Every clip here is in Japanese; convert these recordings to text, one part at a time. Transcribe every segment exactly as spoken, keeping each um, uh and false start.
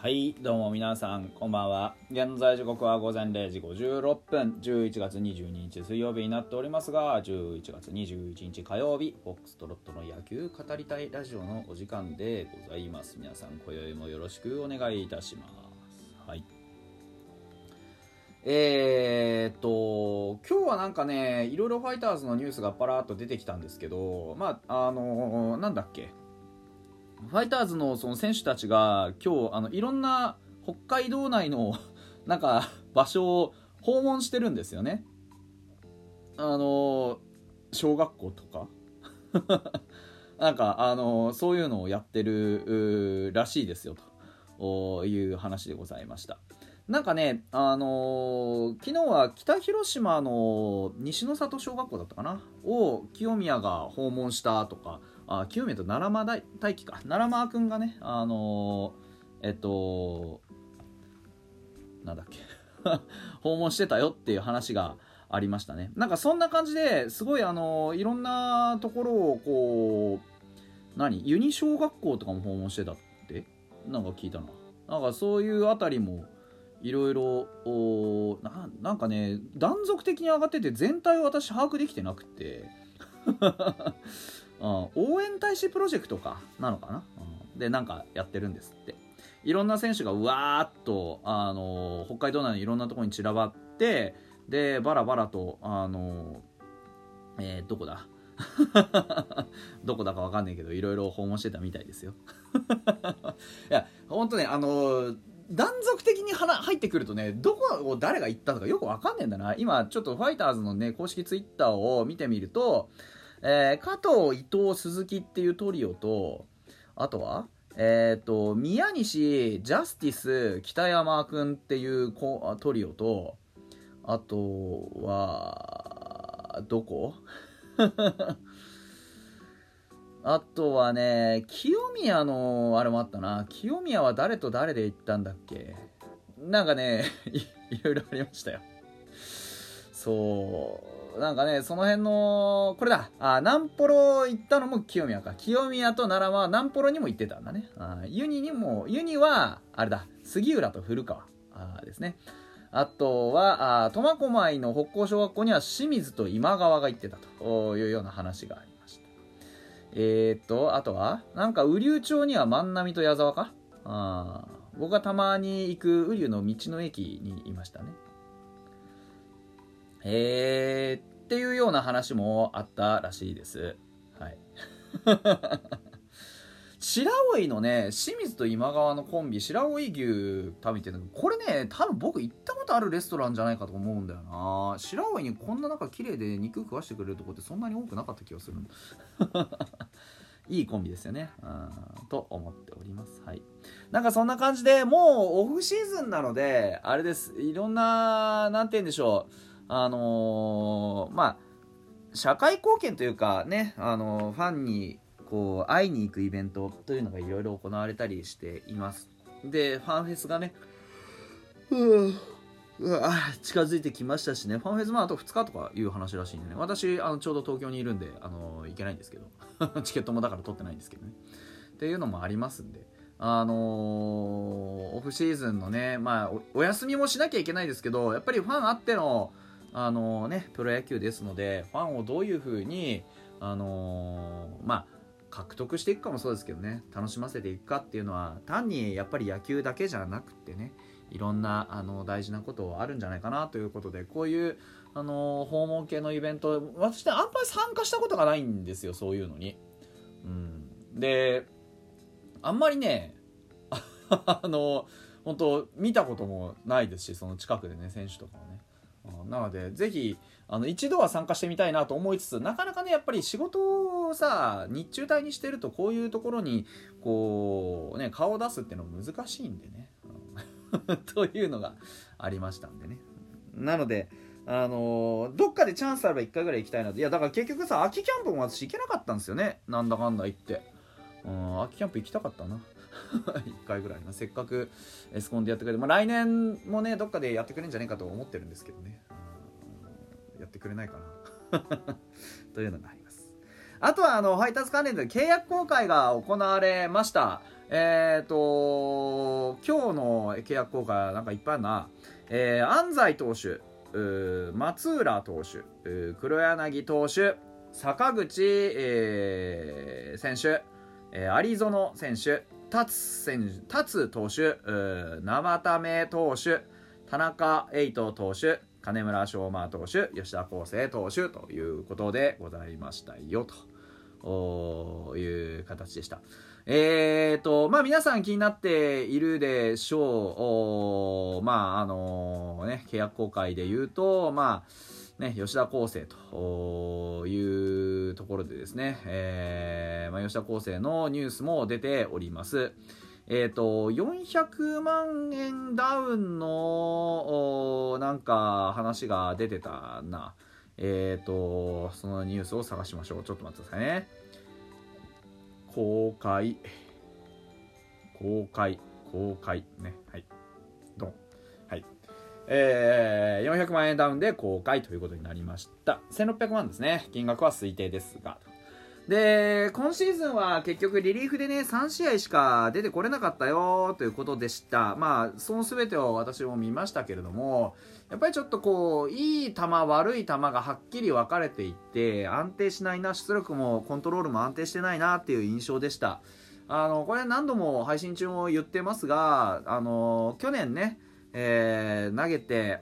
はい、どうも皆さんこんばんは。現在時刻はごぜんれいじごじゅうろっぷん、じゅういちがつにじゅうににち水曜日になっておりますが、じゅういちがつにじゅういちにち火曜日、フォックストロットの野球語りたいラジオのお時間でございます。皆さん今宵もよろしくお願いいたします。はい。えーっと今日はなんかね、いろいろファイターズのニュースがパラーっと出てきたんですけど、まああのなんだっけ。ファイターズのその選手たちが今日あのいろんな北海道内のなんか場所を訪問してるんですよね。あの小学校とかなんかあのそういうのをやってるらしいですよという話でございました。なんかね、あのー、昨日は北広島の西の里小学校だったかなを清宮が訪問したとか、あ清宮と奈良間大輝か奈良間くんがね、あのー、えっとなんだっけ訪問してたよっていう話がありましたね。なんかそんな感じですごいあのー、いろんなところをこう何ユニ小学校とかも訪問してたってなんか聞いたな。なんかそういうあたりもいろいろな、なんかね断続的に上がってて全体を私把握できてなくて応援大使プロジェクトかなのかな、うん、でなんかやってるんですって。いろんな選手がうわーっと、あのー、北海道内のいろんなところに散らばって、でバラバラと、あのーえー、どこだどこだかわかんないけどいろいろ訪問してたみたいですよいやほんとね、あのー断続的に入ってくるとね、どこを誰が言ったとかよくわかんねえんだな。今ちょっとファイターズのね公式ツイッターを見てみると、えー、加藤、伊藤、鈴木っていうトリオと、あとはえっ、ー、と宮西、ジャスティス、北山くんっていうトリオと、あとはどこあとはね、清宮のあれもあったな。清宮は誰と誰で行ったんだっけ。なんかね い, いろいろありましたよ。そうなんかね、その辺のこれだ、あ南ポロ行ったのも清宮か。清宮と奈良は南ポロにも行ってたんだね。あユニにも、ユニはあれだ、杉浦と古川あですね。あとは苫小牧の北高小学校には清水と今川が行ってたというような話がありました。えー、っとあとはなんか雨竜町には万波と矢沢か。あ僕がたまに行く雨竜の道の駅にいましたね。えー、っていうような話もあったらしいです。はい白老のね清水と今川のコンビ白老牛食べてるんだけど、これね多分僕行ったことあるレストランじゃないかと思うんだよな。白老にこんななんか綺麗で肉食わしてくれるとこってそんなに多くなかった気がするいいコンビですよね、うんと思っております。はい。なんかそんな感じでもうオフシーズンなのであれです。いろんななんて言うんでしょう、あのー、まあ社会貢献というかね、あのー、ファンにこう会いに行くイベントというのがいろいろ行われたりしています。でファンフェスがねうわ近づいてきましたしね。ファンフェスもあとふつかとかいう話らしいんでね、私あのちょうど東京にいるんであの行けないんですけどチケットもだから取ってないんですけどねっていうのもありますんで、あのー、オフシーズンのね、まあ お, お休みもしなきゃいけないですけど、やっぱりファンあってのあのー、ねプロ野球ですので、ファンをどういう風にあのー、まあ獲得していくかもそうですけどね、楽しませていくかっていうのは単にやっぱり野球だけじゃなくってね、いろんなあの大事なことあるんじゃないかなということで、こういうあの訪問系のイベント、私ねあんまり参加したことがないんですよ、そういうのに。うん、であんまりねあの本当見たこともないですし、その近くでね選手とかをね。なのでぜひあの一度は参加してみたいなと思いつつ、なかなかねやっぱり仕事をさ日中帯にしてるとこういうところにこうね顔を出すっていうのも難しいんでねというのがありましたんでね。なのであのー、どっかでチャンスあればいっかいぐらい行きたいなと。いやだから結局さ秋キャンプも私行けなかったんですよね、なんだかんだ言って。うん秋キャンプ行きたかったないっかいぐらいな。せっかくエスコンでやってくれて、まあ、来年もねどっかでやってくれるんじゃないかと思ってるんですけどね、うんやってくれないかなというのがあります。あとはあのファイターズ関連で契約更改が行われました。 えっ、ー、と今日の契約更改なんかいっぱいあるな、えー、安西投手、松浦投手、黒柳投手、坂口、えー、選手、えー、有園選手、達選手、達投手、生田目投手、田中瑛斗投手、金村翔馬投手、吉田輝星投手ということでございましたよという形でした。えーとまあ皆さん気になっているでしょう。まああのね契約更改で言うとまあね吉田輝星というところでですね、えーまあ、吉田輝星のニュースも出ております。えーとよんひゃくまんえんダウンのなんか話が出てたな。えーとそのニュースを探しましょう。ちょっと待ってくださいね。公開公開公開ね、はいドン、はいえー、よんひゃくまんえんダウンで公開ということになりました。せんろっぴゃくまんですね。金額は推定ですが、で今シーズンは結局リリーフでねさんしあいしか出てこれなかったよということでした。まあその全てを私も見ましたけれども、やっぱりちょっとこういい球悪い球がはっきり分かれていって安定しないな、出力もコントロールも安定してないなっていう印象でした。あのこれ何度も配信中も言ってますが、あの去年ね、えー、投げて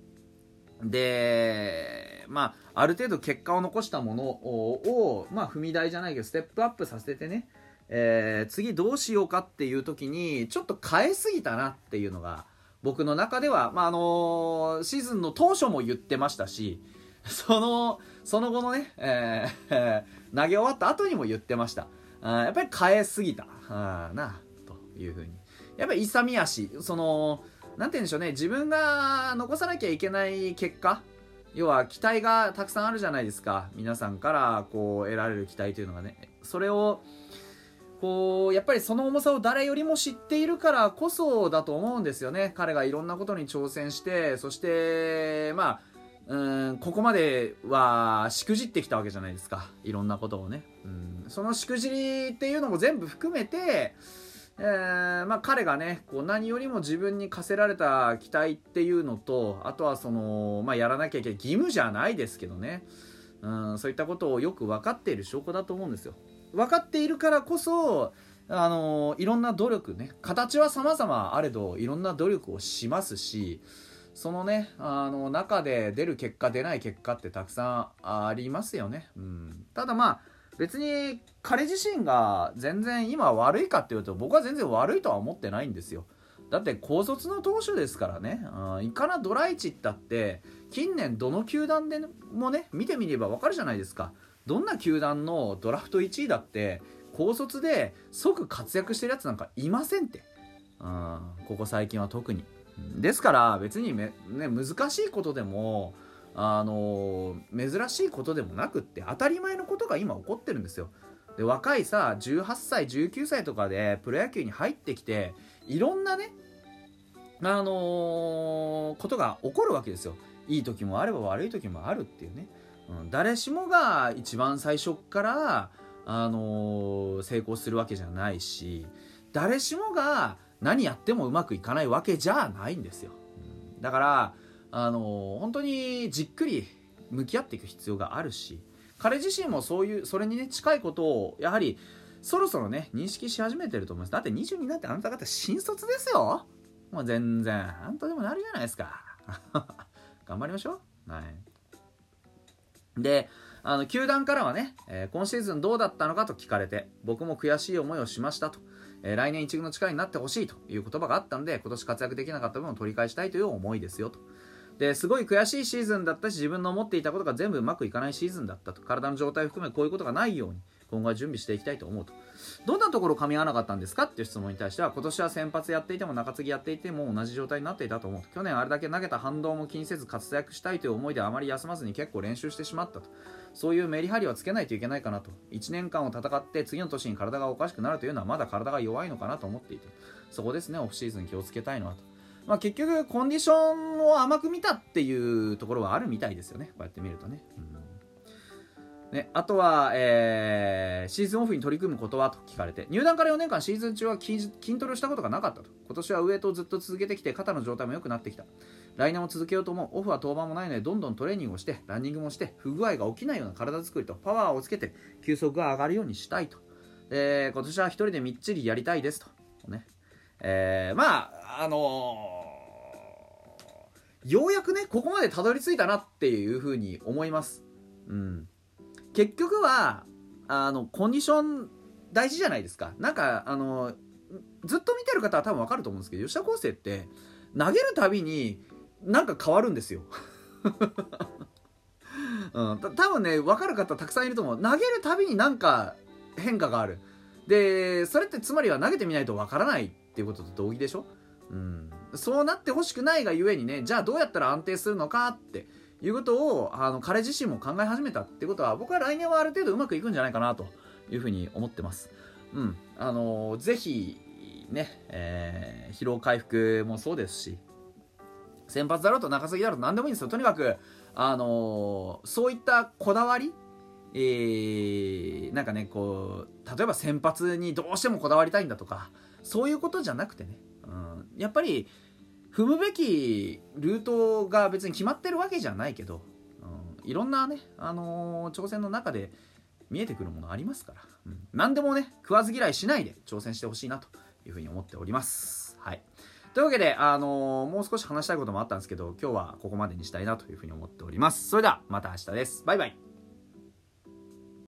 でまあある程度結果を残したものを、まあ、踏み台じゃないけどステップアップさせてね、えー、次どうしようかっていう時にちょっと変えすぎたなっていうのが僕の中では、まああのシーズンの当初も言ってましたし、そのその後のね、えー、投げ終わった後にも言ってました。あやっぱり変えすぎたあなというふうに、やっぱり勇み足、そのなんて言うんでしょうね、自分が残さなきゃいけない結果、要は期待がたくさんあるじゃないですか。皆さんからこう得られる期待というのがね、それをこうやっぱりその重さを誰よりも知っているからこそだと思うんですよね。彼がいろんなことに挑戦して、そしてまあうんここまではしくじってきたわけじゃないですか、いろんなことをね。うんそのしくじりっていうのも全部含めて、えーまあ、彼がねこう何よりも自分に課せられた期待っていうのと、あとはその、まあ、やらなきゃいけない義務じゃないですけどね、うんそういったことをよく分かっている証拠だと思うんですよ。分かっているからこそあのいろんな努力ね、形は様々あれどいろんな努力をしますし、そのねあの中で出る結果出ない結果ってたくさんありますよね。うんただまあ別に彼自身が全然今悪いかっていうと僕は全然悪いとは思ってないんですよ。だって高卒の投手ですからね。うん、いかなドライチったって近年どの球団でもね見てみれば分かるじゃないですか。どんな球団のドラフトいちいだって高卒で即活躍してるやつなんかいませんって。うんここ最近は特にですから別にめ、ね、難しいことでもあの珍しいことでもなくって当たり前のことが今起こってるんですよ。で若いさじゅうはっさいじゅうきゅうさいとかでプロ野球に入ってきていろんなねあのー、ことが起こるわけですよ。いい時もあれば悪い時もあるっていうね、うん、誰しもが一番最初からあのー、成功するわけじゃないし、誰しもが何やってもうまくいかないわけじゃないんですよ。うん、だからあの本当にじっくり向き合っていく必要があるし、彼自身もそういうそれにね近いことをやはりそろそろね認識し始めてると思います。だってにじゅうにになってあなた方新卒ですよ。もう全然あんたでもなるじゃないですか頑張りましょう。はい。であの球団からはね、えー、今シーズンどうだったのかと聞かれて、僕も悔しい思いをしましたと、えー、来年一軍の力になってほしいという言葉があったので、今年活躍できなかった分を取り返したいという思いですよと。ですごい悔しいシーズンだったし、自分の思っていたことが全部うまくいかないシーズンだったと。体の状態を含めこういうことがないように今後は準備していきたいと思うと。どんなところ噛み合わなかったんですかっていう質問に対しては、今年は先発やっていても中継ぎやっていても同じ状態になっていたと思うと。去年あれだけ投げた反動も気にせず活躍したいという思いであまり休まずに結構練習してしまったと。そういうメリハリはつけないといけないかなと。いちねんかんを戦って次の年に体がおかしくなるというのはまだ体が弱いのかなと思っていて、そこですねオフシーズン気をつけたいのはと。まあ、結局コンディションを甘く見たっていうところはあるみたいですよね、こうやって見るとね。うんね、あとは、えー、シーズンオフに取り組むことはと聞かれて、入団からよねんかんシーズン中は筋トレをしたことがなかったと。今年はウエイトをずっと続けてきて肩の状態も良くなってきた。来年も続けようと思う。オフは登板もないのでどんどんトレーニングをしてランニングもして不具合が起きないような体作りとパワーをつけて球速が上がるようにしたいと。で今年は一人でみっちりやりたいですと、ねえー、まああのー、ようやくねここまでたどり着いたなっていうふうに思います。うん結局はあのコンディション大事じゃないですか。なんかあのずっと見てる方は多分分かると思うんですけど、吉田輝星って投げるたびになんか変わるんですよ、うん、た多分ね分かる方たくさんいると思う。投げるたびになんか変化がある。でそれってつまりは投げてみないと分からないっていうことと同義でしょ、うん、そうなってほしくないがゆえにね、じゃあどうやったら安定するのかっていうことをあの彼自身も考え始めたってことは、僕は来年はある程度うまくいくんじゃないかなというふうに思ってます。うん、あのー、ぜひね、えー、疲労回復もそうですし、先発だろうと中継ぎだろうと何でもいいんですよ。とにかくあのー、そういったこだわり、えー、なんかねこう例えば先発にどうしてもこだわりたいんだとかそういうことじゃなくてね、うん、やっぱり踏むべきルートが別に決まってるわけじゃないけど、うん、いろんなね、あのー、挑戦の中で見えてくるものありますから、うん、何でもね食わず嫌いしないで挑戦してほしいなというふうに思っております。はい、というわけで、あのー、もう少し話したいこともあったんですけど今日はここまでにしたいなというふうに思っております。それではまた明日です。バイバイ。